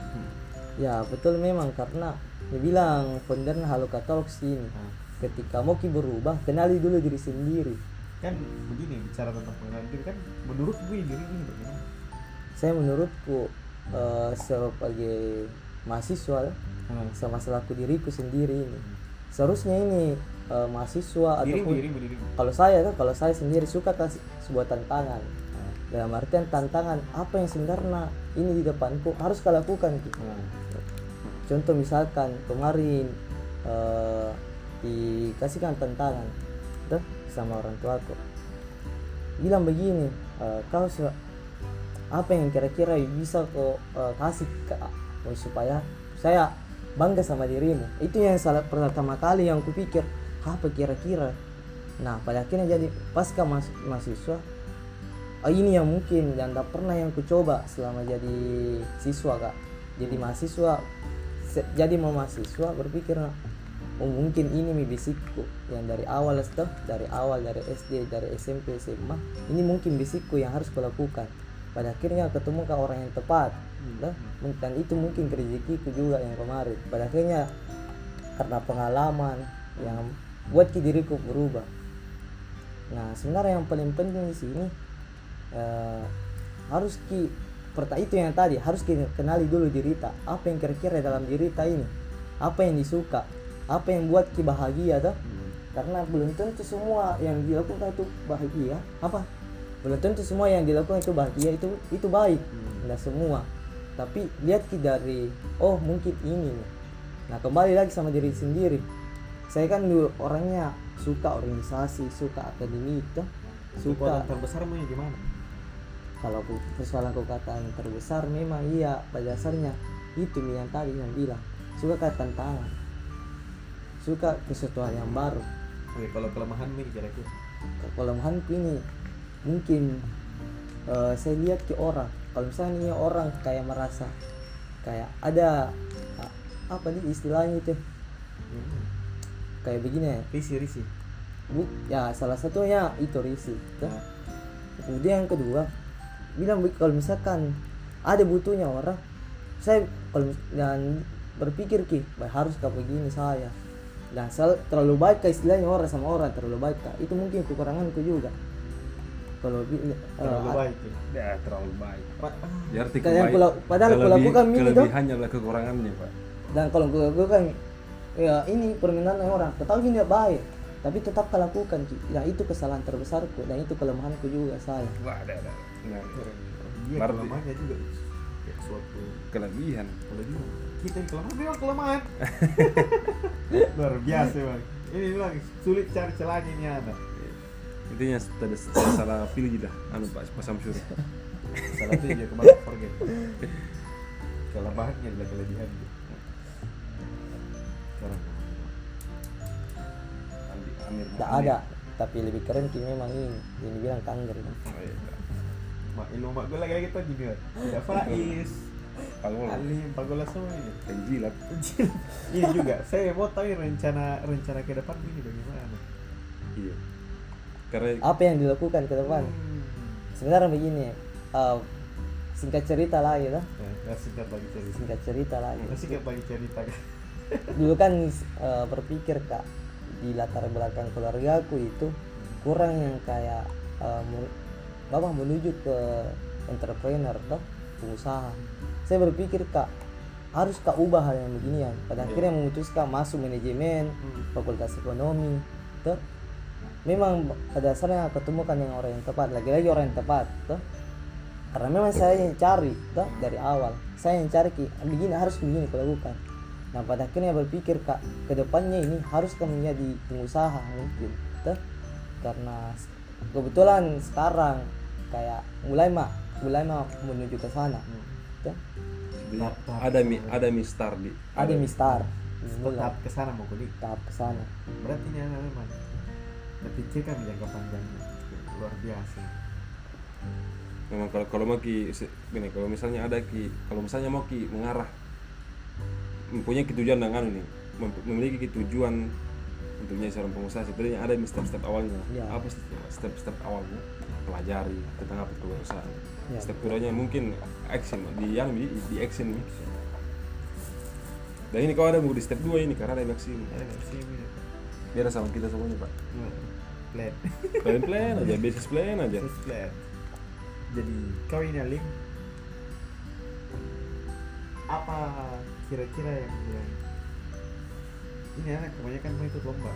Ya betul memang, karena dia bilang founder Haloka Talks ini, Nah, ketika mau ki berubah kenali dulu diri sendiri. kan begini bicara tentang pengadilan diri kan, menurut gue diri ini bagaimana? Saya menurutku eh, sebagai mahasiswa Hmm. sama selaku diriku sendiri ini, seharusnya ini eh, mahasiswa Dirimu, ataupun dirimu, dirimu. kalau saya tuh kalau saya sendiri suka kasih sebuah tantangan, Nah, dalam artian tantangan apa yang sebenarnya ini di depanku harus kau lakukan gitu. nah, Contoh misalkan kemarin eh, dikasihkan tantangan tuh sama orang tuaku, bilang begini, eh, kau se- apa yang kira-kira bisa kau eh, kasih ke aku supaya saya bangga sama dirimu. Itu yang salah pertama kali yang kupikir, apa kira-kira. Nah pada akhirnya jadi pasca mas mahasiswa, oh, ini yang mungkin yang tak pernah yang kucoba selama jadi siswa kak. Jadi mahasiswa, se- jadi mau mahasiswa berpikir, oh mungkin ini mi bisikku yang dari awal tuh, dari awal dari S D, dari S M P, S M A, ini mungkin bisikku yang harus kulakukan. Pada akhirnya ketemu ke orang yang tepat, dah. Dan itu mungkin rezekiku juga yang kemarin. Pada akhirnya karena pengalaman yang buat ki diriku berubah. Nah sebenarnya yang paling penting di sini eh, harus ki perta itu yang tadi harus kita kenali dulu diri ta, apa yang kira-kira dalam diri ta ini, apa yang disuka, apa yang buat ki bahagia dah. Karena belum tentu semua yang dilakukan itu bahagia, apa belum tentu semua yang dilakukan itu bahagia, itu itu baik, tidak semua. Tapi lihat ki dari, oh mungkin ini nih. Nah kembali lagi sama diri sendiri. Saya kan dulu orangnya suka organisasi, suka akademik, tuh. kekuatan Suka. terbesar mau gimana? Kalau ku- persoalan kekuatan terbesar memang iya pada dasarnya itu yang tadi yang bilang, suka ke tantangan, suka ke sesuatu yang baru. Oke, kalau kelemahan nih kira-kira. Kelemahanku ini mungkin eh, saya lihat ke orang, kalau misalnya ini orang kayak merasa kayak ada ah, apa nih istilahnya itu Hmm. kayak begini ya, Risi, risi. Bu, ya salah satunya itu risih tuh. Nah, Kemudian yang kedua bilang be- kalau misalkan ada butuhnya orang, saya kalau mis- dan berpikir ki "Bah, harus kayak begini saya, dan sel- terlalu baik ke istilahnya orang sama orang terlalu baik kak, itu mungkin kekuranganku juga. Kalau bi- eh, terlalu a- baik ya. Ya terlalu baik. Pak, ah, Ya, arti Kayak yang kebaik- kula- padahal kelebih- kulakukan mini tuh. kelebihannya adalah kekurangannya pak. dan kalau gue gue kan ya ini permintaan orang tetap ini baik, tapi tetap kau lakukan Ki. Ya itu kesalahan terbesarku dan itu kelemahanku juga saya. Wah ada ada. Nah, Iya, Berarti- kelemahannya juga ya, suatu kelebihan. kelebihan. Kita yang kelemahan memang kelemahan. Luar biasa bang. Ini bilang sulit cari celahnya ini anak. Intinya tidak tidak salah pilih dah anu Pak Pak Samsuri. Salah itu dia kemarin forget. Kelemahannya adalah kelebihan. Sekarang Andi Amir. Tak ada, tapi lebih keren Ki memang ini. Ini bilang kanker. Oh, iya. mak ilmu mak gue lagi kita gini kan. Tidak Faiz, Pagol. Alim, Pagola semua ini. Penjilat. Ini juga saya mau tahu ini rencana rencana ke depan ini bagaimana. Iya. Karena Apa yang dilakukan ke depan? Hmm. Sebenarnya begini, uh, singkat cerita lagi lah, Ya, nggak singkat bagi cerita. singkat cerita lagi. Nggak singkat bagi cerita kan. Dulu kan uh, berpikir kak, di latar belakang keluargaku itu kurang yang kayak uh, mu- apa menuju ke entrepreneur toh, pengusaha. Saya berpikir kak, harus kak ubah hal yang beginian. Pada Iya. akhirnya memutuskan masuk manajemen, fakultas ekonomi. Toh, memang pada dasarnya ketemukan dengan orang yang tepat, lagi-lagi orang yang tepat. Toh, karena memang saya yang cari toh, dari awal. Saya yang cari ki, begini harus begini kulakukan. Nah pada akhirnya berpikir kak, kedepannya ini harus kamu menjadi pengusaha mungkin, toh? Karena s- kebetulan sekarang kayak mulai mak, mulai mak menuju ke sana, toh? sebenarnya ada mi ada mistar di Ada mistar, mulai Tahap kesana mau kulit. tahap ke sana. Berarti ini anak memang. Tapi pikirkan jangka panjangnya. luar biasa. Memang kalau kalau mau ki se- gini, kalau misalnya ada ki kalau misalnya mau ki mengarah mempunyai tujuan dengan ini mem- memiliki tujuan untuk menjadi seorang pengusaha, sebenarnya ada step-step awalnya. Ya. Apa step-step awalnya? Pelajari tentang apa itu perusahaan. Ya. Step keduanya mungkin action di yang di, di action nih. Dan ini kalau ada mau di step dua ini karena ada action. Ada nggak sih ini? Biar sama kita semuanya pak. Nah, plan. Plan-plan aja, business plan aja. Business plan. Jadi kau ini Aling, apa kira-kira yang yang ini anak kebanyakan mau ikut lomba,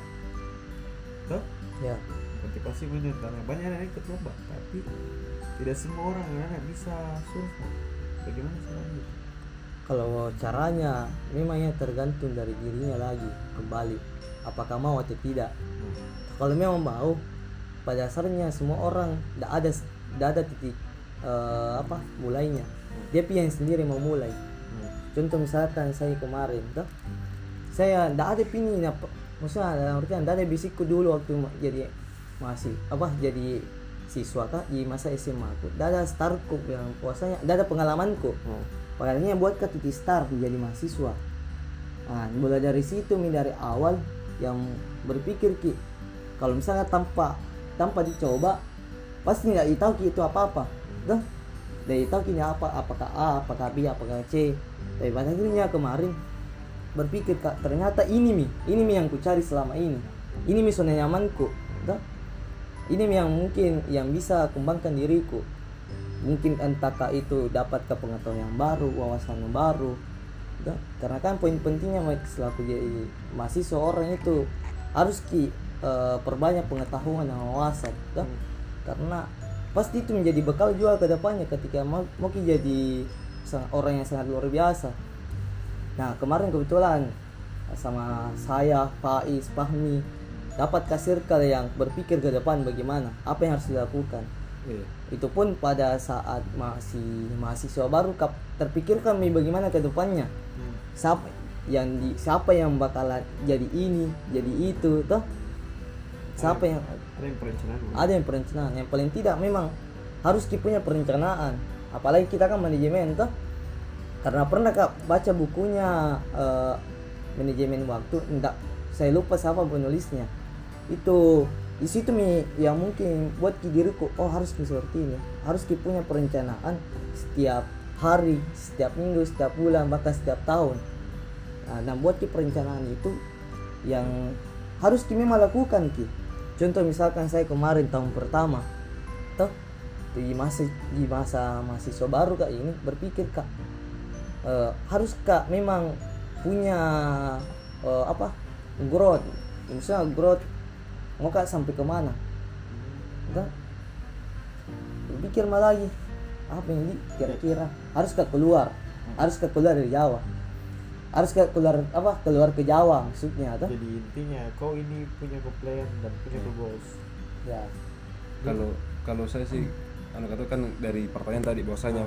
toh? Ya. Motivasi bener karena banyak anak ikut lomba, tapi tidak semua orang anak bisa survive. Bagaimana caranya? Kalau caranya memangnya tergantung dari dirinya lagi kembali, apakah mau atau tidak. Kalau memang mau, pada dasarnya semua orang tidak ada tidak ada titik eh, apa mulainya. Dia pilih sendiri mau mulai. Contoh misalkan saya kemarin, toh, saya tidak ada pingin apa, maksudnya dalam artian tidak ada bisikku dulu waktu ma- jadi masih apa jadi siswa kak di masa S M A aku, tidak ada startku yang puasanya, tidak ada pengalamanku. Makanya buat ke titik start menjadi mahasiswa. Nah, mulai dari situ, mi dari awal yang berpikir ki, kalau misalnya tanpa tanpa dicoba pasti nggak tahu ki itu apa apa, dah, dari tahu ki ini apa, apakah A, apakah B, apakah C. Tapi pada akhirnya kemarin berpikir kak, ternyata ini mi, ini mi yang ku cari selama ini, ini mi zona nyamanku, dah, ini mi yang mungkin yang bisa kembangkan diriku. Mungkin entahkah itu dapat ke pengetahuan yang baru, wawasan yang baru. Dah, karena kan poin pentingnya selaku jadi mahasiswa orang itu harus ki uh, perbanyak pengetahuan dan wawasan, dah. Karena pasti itu menjadi bekal juga ke depannya ketika mau, mau ki jadi sang- orang yang sangat luar biasa. Nah kemarin kebetulan sama saya, Faiz, Fahmi dapat kasir yang berpikir ke depan bagaimana, apa yang harus dilakukan. Iya. Itu pun pada saat masih mahasiswa baru kap terpikirkan mi bagaimana ke depannya. Siapa yang di siapa yang bakalan jadi ini, jadi itu, toh? Siapa yang Ada yang perencanaan? ada yang perencanaan. Yang paling tidak memang harus kita punya perencanaan. Apalagi kita kan manajemen, toh? Karena pernah kak baca bukunya eh, manajemen waktu, enggak saya lupa siapa penulisnya. Itu di situ mi yang mungkin buat ki diriku, oh harus ki seperti ini, harus ki punya perencanaan setiap hari, setiap minggu, setiap bulan, bahkan setiap tahun. Nah, dan buat ki perencanaan itu yang harus ki memang lakukan ki. Contoh misalkan saya kemarin tahun pertama, toh di masa di masa mahasiswa baru kak ini berpikir kak, eh, harus kak memang punya eh, apa growth, misalnya growth mau kak sampai kemana, enggak berpikir malah lagi apa ini kira-kira harus kak keluar, harus kak keluar dari Jawa, harus kak keluar apa keluar ke Jawa maksudnya, toh? Jadi intinya kau ini punya ke plan dan punya ke goals. Ya, Kalau kalau saya sih anu kata kan dari pertanyaan tadi bahwasanya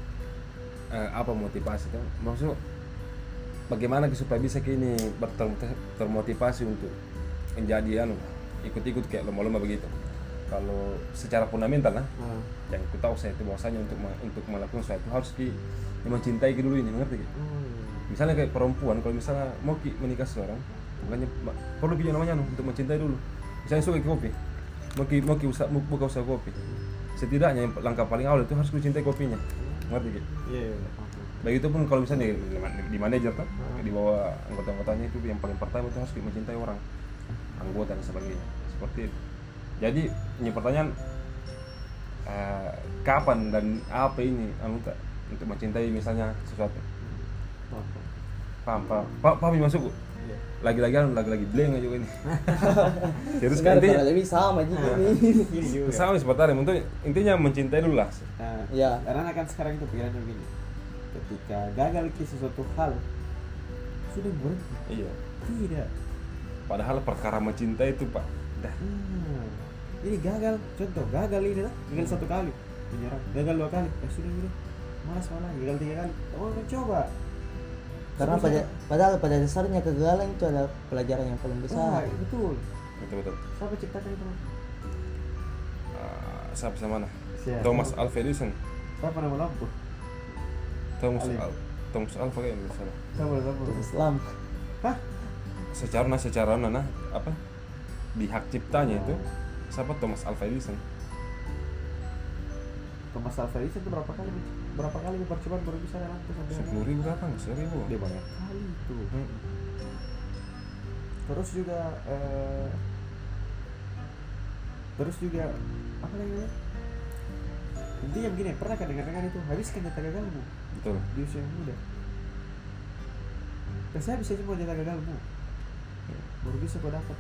eh, apa motivasi kan? Maksudnya bagaimana supaya bisa kini berter- termotivasi untuk menjadi anu ikut-ikut kayak lomba-lomba begitu. Kalau secara fundamental lah, Nah, yang ku tahu saya itu bahwasanya untuk ma- untuk melakukan sesuatu harus ki memang cintai ki dulu ini, mengerti ki? hmm. Misalnya kayak perempuan, kalau misalnya mau ki menikah seorang, makanya ma- perlu ki namanya anu, untuk mencintai dulu. Misalnya suka ki kopi, mau ki mau ki usaha mau buka usaha kopi, setidaknya yang langkah paling awal itu harus mencintai kopinya, mengerti ki? Iya, iya, paham. Begitupun kalau misalnya di, di manajer kan, di bawah anggota-anggotanya itu yang paling pertama itu harus mencintai orang, anggota dan sebagainya, seperti itu. Jadi ini pertanyaan eh, kapan dan apa ini anu tak untuk mencintai misalnya sesuatu. Paham, Paham, paham. paham, paham, paham ya maksudku? Iya. Lagi-lagi anu, lagi-lagi blank aja juga ini. Terus kan sebenarnya intinya kurang lebih sama juga nih. Gini juga. sama seperti itu, intinya mencintai dulu lah. Nah, Ya. karena kan sekarang itu pikirannya begini. Ketika gagal ke sesuatu hal, sudah berhenti. Iya. Tidak. Padahal perkara mencintai itu pak, dah. Hmm. Ini gagal, contoh gagal ini lah, gagal satu kali, menyerah, gagal dua kali, eh sudah sudah, malas malah, gagal tiga kali, oh mencoba. Karena pada, padahal pada dasarnya kegagalan itu adalah pelajaran yang paling Wah, besar. betul. Betul betul. Siapa ciptakan itu? Uh, siapa sama mana? Siapa? Thomas Alva Edison. Siapa nama lampu? Thomas Ali. Al Thomas Alva kayak misalnya. Siapa lampu? Islam. Hah? Secara nah secara nah apa di hak ciptanya itu siapa Thomas Alva Edison? Thomas Alva Edison itu berapa kali berapa kali percobaan baru bisa ada lampu sampai Sepuluh ribu berapa nggak seribu? dia banyak kali itu. Hmm. Terus juga eh, terus juga apa lagi namanya? Intinya begini, pernah kan dengar-dengar itu habiskan jatah gagalmu Betul. di usia yang muda. Terus saya bisa cuma jatah gagalmu baru bisa kau dapat.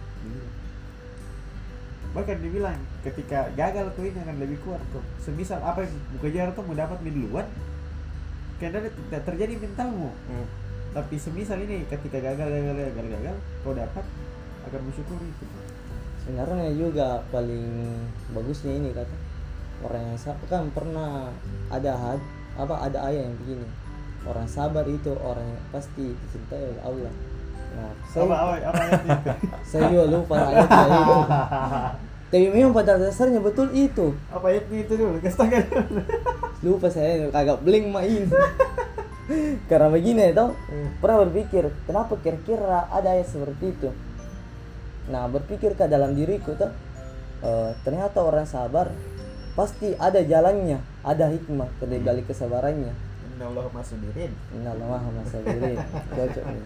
Bahkan dibilang ketika gagal kau ini akan lebih kuat kok. Semisal apa yang buka jarak tuh mau dapat di duluan, karena tidak terjadi mentalmu. Hmm. Tapi semisal ini ketika gagal gagal gagal gagal kau dapat akan bersyukuri itu. Sebenarnya juga paling bagusnya ini kata orang yang sabar kan pernah ada had, apa ada ayat yang begini, orang sabar itu orang yang pasti dicintai oleh Allah. Nah, saya Apa apa apa itu? saya juga lupa ayatnya itu. Tapi memang pada dasarnya betul itu. Apa ayatnya itu dulu? Kasih Lupa saya kagak blank main. Karena begini tau, pernah berpikir kenapa kira-kira ada ayat seperti itu. Nah berpikir ke dalam diriku tuh e, ternyata orang sabar pasti ada jalannya, ada hikmah dari balik kesabarannya. Innallaha ma'as-sabirin. Innallaha ma'as-sabirin. Cocok nih.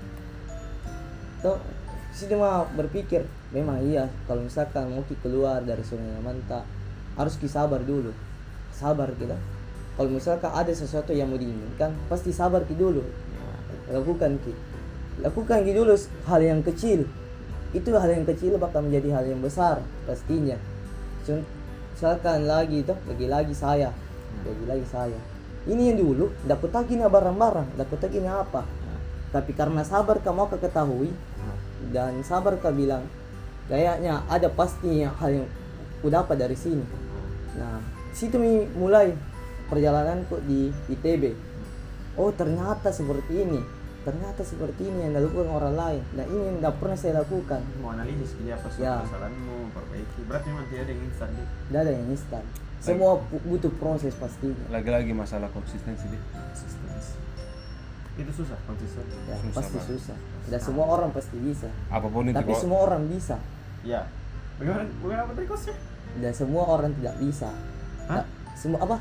Tuh sini mah berpikir memang iya kalau misalkan mau ki keluar dari zona nyaman tak harus ki sabar dulu. Sabar kita. Kalau misalkan ada sesuatu yang mau diinginkan pasti sabar ki dulu. Lakukan ki. Lakukan ki dulu hal yang kecil. Itu hal yang kecil bakal menjadi hal yang besar pastinya. Cuma misalkan lagi tuh lagi-lagi saya, lagi-lagi saya. Ini yang dulu dapat lagi nih barang-barang, dapat lagi nih apa? Tapi karena sabar kamu akan ketahui dan sabar kau bilang kayaknya ada pastinya hal yang ku dapat dari sini. Nah, situ mi mulai perjalananku di I T B. Oh ternyata seperti ini, ternyata seperti ini yang dilakukan orang lain. Dan ini yang tidak pernah saya lakukan. Mau analisis dia apa sih Ya. kesalahanmu, perbaiki. Berarti memang tidak ada yang instan deh. Tidak ada yang instan. Semua bu- butuh proses pastinya. Lagi-lagi masalah konsistensi deh. Konsistensi. Itu susah konsisten. Ya, Susah pasti banget. susah. Dan semua orang pasti bisa. Apapun itu Tapi kok. semua orang bisa. Ya. Bagaimana bagaimana apa trikosnya? Dan semua orang tidak bisa. Hah? Nah, semua apa?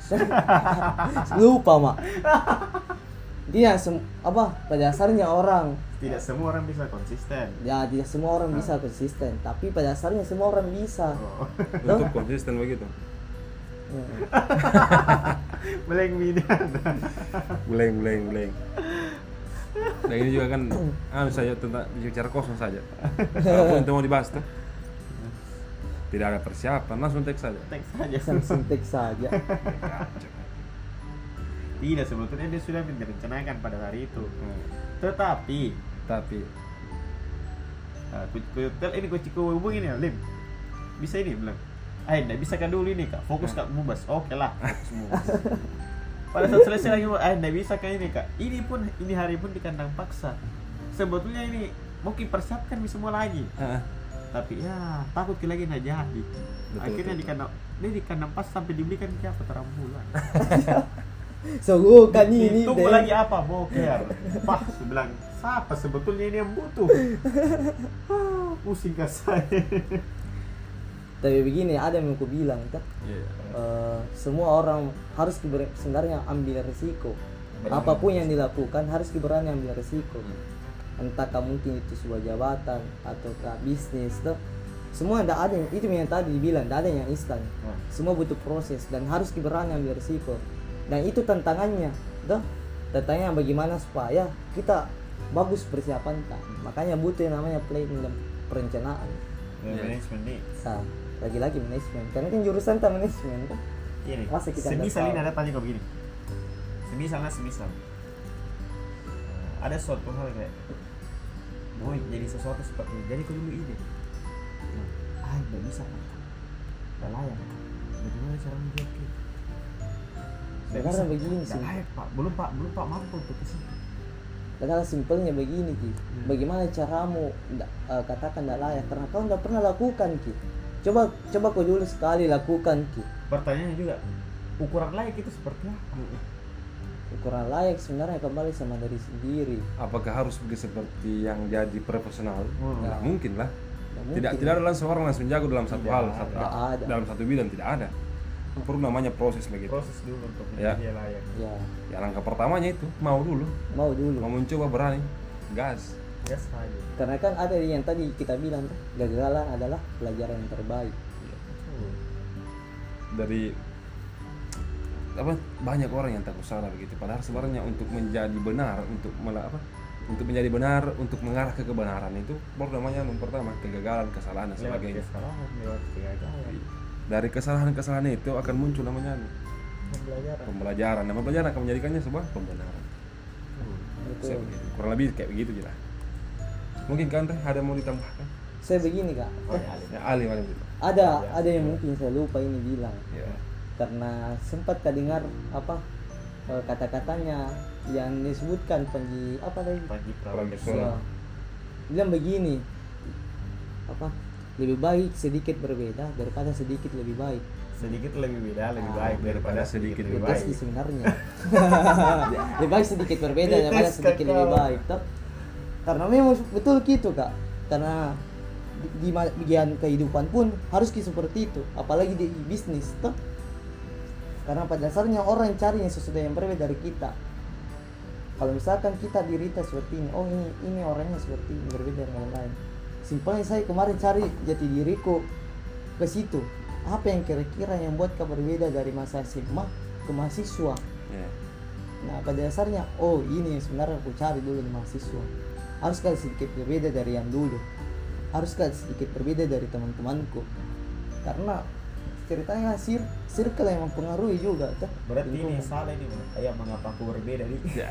Lupa mak. Dia sem apa? Pada dasarnya orang Tidak semua orang bisa konsisten. ya tidak semua orang bisa konsisten. Tapi pada dasarnya semua orang bisa. Oh. Untuk konsisten begitu. Hmm. Beleng midan. Beleng, beleng, beleng. Nah ini juga kan anu saja tentang bicara kosong saja. Apapun itu mau dibahas tuh. Tidak ada persiapan, langsung teks saja. Teks saja. Langsung teks saja. Tidak, sebetulnya dia sudah merencanakan pada hari itu. Hmm. Tetapi Tapi uh, ku, ku, tel- ini ku, ku hubungin ya, Lim. Bisa ini bilang. Ah, enggak bisa kan dulu ini, Kak. Fokus Kak mubas. Oke lah, fokus mubas. Pada saat selesai lagi, ah, enggak bisa kan ini, Kak. Ini pun ini hari pun di kandang paksa. Sebetulnya ini mungkin persiapkan semua lagi. ah, Tapi ya takut ke lagi nggak jadi. Betul, Akhirnya betul, di kandang dia di kandang pas sampai dibelikan ke apa terang bulan. So gua kan ini Tunggu deh. lagi apa boker. Pak bilang siapa sebetulnya ini yang butuh. Ah, pusing ke saya. Tapi begini ada yang aku bilang kan. iya. Eh, semua orang harus diber- sebenarnya ambil risiko. Apapun yang dilakukan harus berani ambil risiko. Entah mungkin itu sebuah jabatan atau bisnis tuh. Semua tidak ada yang itu yang tadi dibilang tidak ada yang instan. Semua butuh proses dan harus berani ambil risiko. Dan itu tantangannya, tuh. Tantangannya bagaimana supaya kita bagus persiapan tak. Makanya butuh yang namanya planning dan perencanaan. Manajemen nih. Nah, lagi-lagi manajemen. Karena kan jurusan tak manajemen kan. Ini. Masa kita nggak Semisal ini tahu? ada tanya kau begini. Semisalnya semisal. Ada suatu hal kayak mau jadi sesuatu seperti ini. Jadi kau dulu ide. Nah, ah nggak bisa kan? Nggak layak. Bagaimana cara menjawab itu? Nggak Sekarang bisa. begini Nggak sih. layak pak. Belum pak. Belum pak mampu untuk ke situ. Karena simpelnya begini Ki. Hmm. Bagaimana caramu nda- eh, katakan tidak layak karena kau tidak pernah lakukan Ki. coba coba kau dulu sekali lakukan Ki. Pertanyaannya juga, ukuran layak itu seperti apa? Ukuran layak sebenarnya kembali sama dari sendiri. Apakah harus begitu seperti yang jadi profesional? Hmm. Nggak mungkin lah. Nggak Tidak mungkin. tidak ada langsung orang langsung jago dalam satu Tidak hal, ada. satu Tidak ada. dalam satu bidang tidak ada. Perlu namanya proses begitu. Proses dulu untuk Ya. menjadi layak. Ya, Ya langkah pertamanya itu mau dulu, mau dulu. mau mencoba berani, gas. Gas aja. Karena kan ada yang tadi kita bilang tuh, kegagalan adalah pelajaran yang terbaik. Betul. Dari apa banyak orang yang takut salah begitu. Padahal sebenarnya untuk menjadi benar, untuk mela, apa, untuk menjadi benar, untuk mengarah ke kebenaran itu baru namanya yang pertama kegagalan, kesalahan dan Lewat sebagainya. kesalahan, lewat kegagalan. Dari kesalahan-kesalahan itu akan muncul namanya Pembelajaran. pembelajaran. Dan pembelajaran akan menjadikannya sebuah pembenaran. Betul. Saya begitu. Kurang lebih kayak begitu je lah. Mungkin kan Teh ada mau ditambahkan? Saya begini kak, Oh, ya, Alif. Ya, Ali Ali. ada ada yang mungkin saya lupa ini bilang. Ya. Karena sempat kedengar apa eh, kata-katanya yang disebutkan penji apa tadi? Panji Pragiwaksono. Ya, bilang begini apa lebih baik sedikit berbeda daripada sedikit lebih baik. sedikit lebih beda, lebih Ah, baik daripada sedikit lebih Betul baik. sih sebenarnya. Lebih baik sedikit berbeda Betul, daripada sedikit kakak. lebih baik. Toh. Karena memang betul gitu kak. Karena di, di ma- bagian kehidupan pun harus ki seperti itu. Apalagi di bisnis toh. Karena pada dasarnya orang cari yang sesuatu yang berbeda dari kita. Kalau misalkan kita dirita seperti ini, oh ini ini orangnya seperti ini berbeda dengan orang lain. Simpelnya saya kemarin cari jati diriku ke situ. Apa yang kira-kira yang buat kau berbeda dari masa S M A ke mahasiswa? Ya. Nah pada dasarnya, oh ini yang sebenarnya aku cari dulu di mahasiswa. Haruskah sedikit berbeda dari yang dulu? Haruskah sedikit berbeda dari teman-temanku? Karena ceritanya sir circle yang mempengaruhi juga tuh. Berarti ini Lingkungan. salah ini, Bang. Ayah mengapa aku berbeda nih? Ya.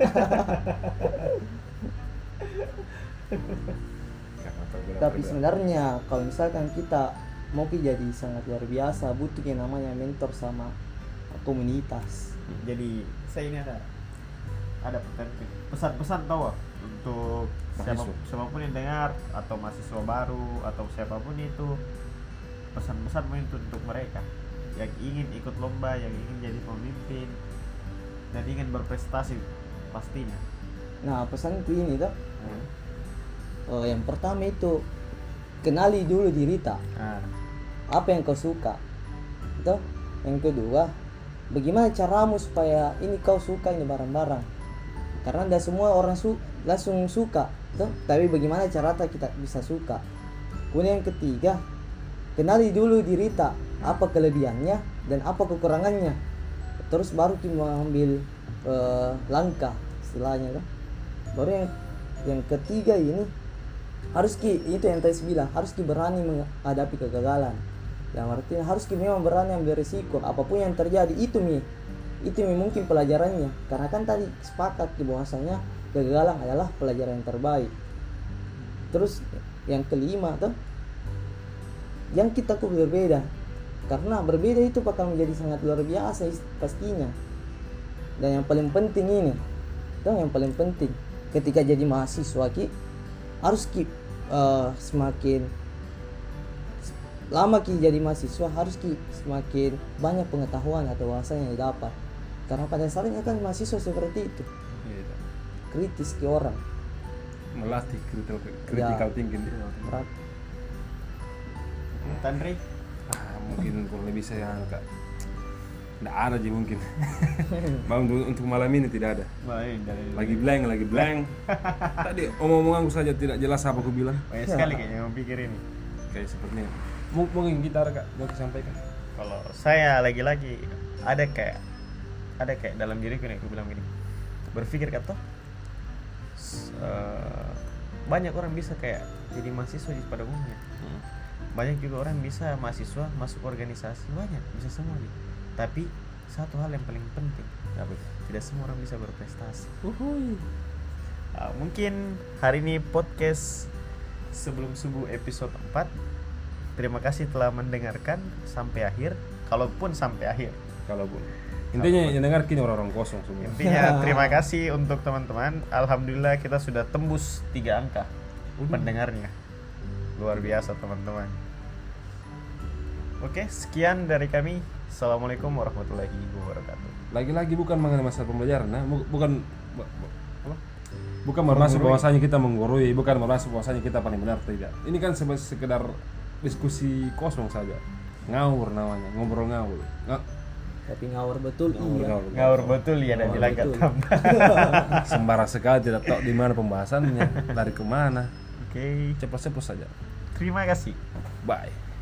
Karena perbedaan- Tapi perbedaan. sebenarnya kalau misalkan kita mau ki jadi sangat luar biasa, butuh yang namanya mentor sama komunitas. Jadi saya ini ada ada pertanyaan, pesan-pesan tahu ah, untuk siapa, Mahasiswa. siapapun yang dengar atau mahasiswa baru atau siapapun itu, pesan-pesan mungkin untuk, untuk mereka yang ingin ikut lomba, yang ingin jadi pemimpin dan ingin berprestasi pastinya. Nah pesanku ini tuh, Hmm. oh, yang pertama itu kenali dulu diri tak. Nah, Apa yang kau suka, toh. Yang kedua, bagaimana caramu supaya ini kau suka ini barang-barang. Karena tidak semua orang su langsung suka, toh. Tapi bagaimana cara kita bisa suka. Kemudian yang ketiga, kenali dulu diri tak, apa kelebihannya dan apa kekurangannya. Terus baru kita mengambil eh, langkah istilahnya, toh. Baru yang yang ketiga ini harus ki itu yang tadi saya bilang, harus ki berani menghadapi kegagalan. Yang artinya harus ki memang berani ambil risiko apapun yang terjadi. Itu mi itu mi mungkin pelajarannya, karena kan tadi sepakat di bahwasanya kegagalan adalah pelajaran yang terbaik. Terus yang kelima tuh, yang kita ku berbeda, karena berbeda itu bakal menjadi sangat luar biasa is- pastinya. Dan yang paling penting ini tuh, yang paling penting ketika jadi mahasiswa ki harus ki eh, semakin lama ki jadi mahasiswa harus ki semakin banyak pengetahuan atau wawasan yang didapat, karena pada dasarnya kan mahasiswa seperti itu, Iya. kritis ke orang. Melatih critical, critical Ya. thinking. Berat. Tanri, Ah, mungkin kurang lebih saya angka. Nggak ada sih mungkin. Bang untuk, untuk malam ini tidak ada. baik dari Lagi blank, lagi blank. Tadi omong-omonganku saja tidak jelas apa aku bilang. banyak sekali kayaknya yang pikir ini. Kayak seperti ini. M- mungkin kita ada kak, mau disampaikan. Kalau saya lagi-lagi ada kayak ada kayak dalam diriku nih, aku bilang gini, berpikir kata s- eh, banyak orang bisa kayak jadi mahasiswa di pada umumnya, banyak juga orang bisa mahasiswa masuk organisasi, banyak bisa semua gitu. Tapi satu hal yang paling penting, Apa itu? tidak semua orang bisa berprestasi. Ah, mungkin hari ini podcast sebelum subuh episode empat. Terima kasih telah mendengarkan sampai akhir, kalaupun sampai akhir. Kalau bu. Intinya yang dengar kini orang-orang kosong semua. Intinya terima kasih untuk teman-teman. Alhamdulillah kita sudah tembus tiga angka pendengarnya. Luar biasa teman-teman. Oke, sekian dari kami. Assalamualaikum warahmatullahi wabarakatuh. Lagi-lagi bukan mengenai masalah pembelajaran, nah. Bu- bukan bu- bu- apa? Bukan bermaksud bahwasanya kita menggurui, bukan bermaksud bahwasanya kita paling benar, tidak. Ini kan sebagai sekedar diskusi kosong saja, ngawur namanya, ngobrol ngawur. Nga, Tapi ngawur betul ngawur, iya. ngawur, Ngawur betul ya dan Ngawur dilanggar betul. tambah. sembarang sekali, tidak tahu di mana pembahasannya, dari kemana. Oke, Cepat-cepat saja. terima kasih. Bye.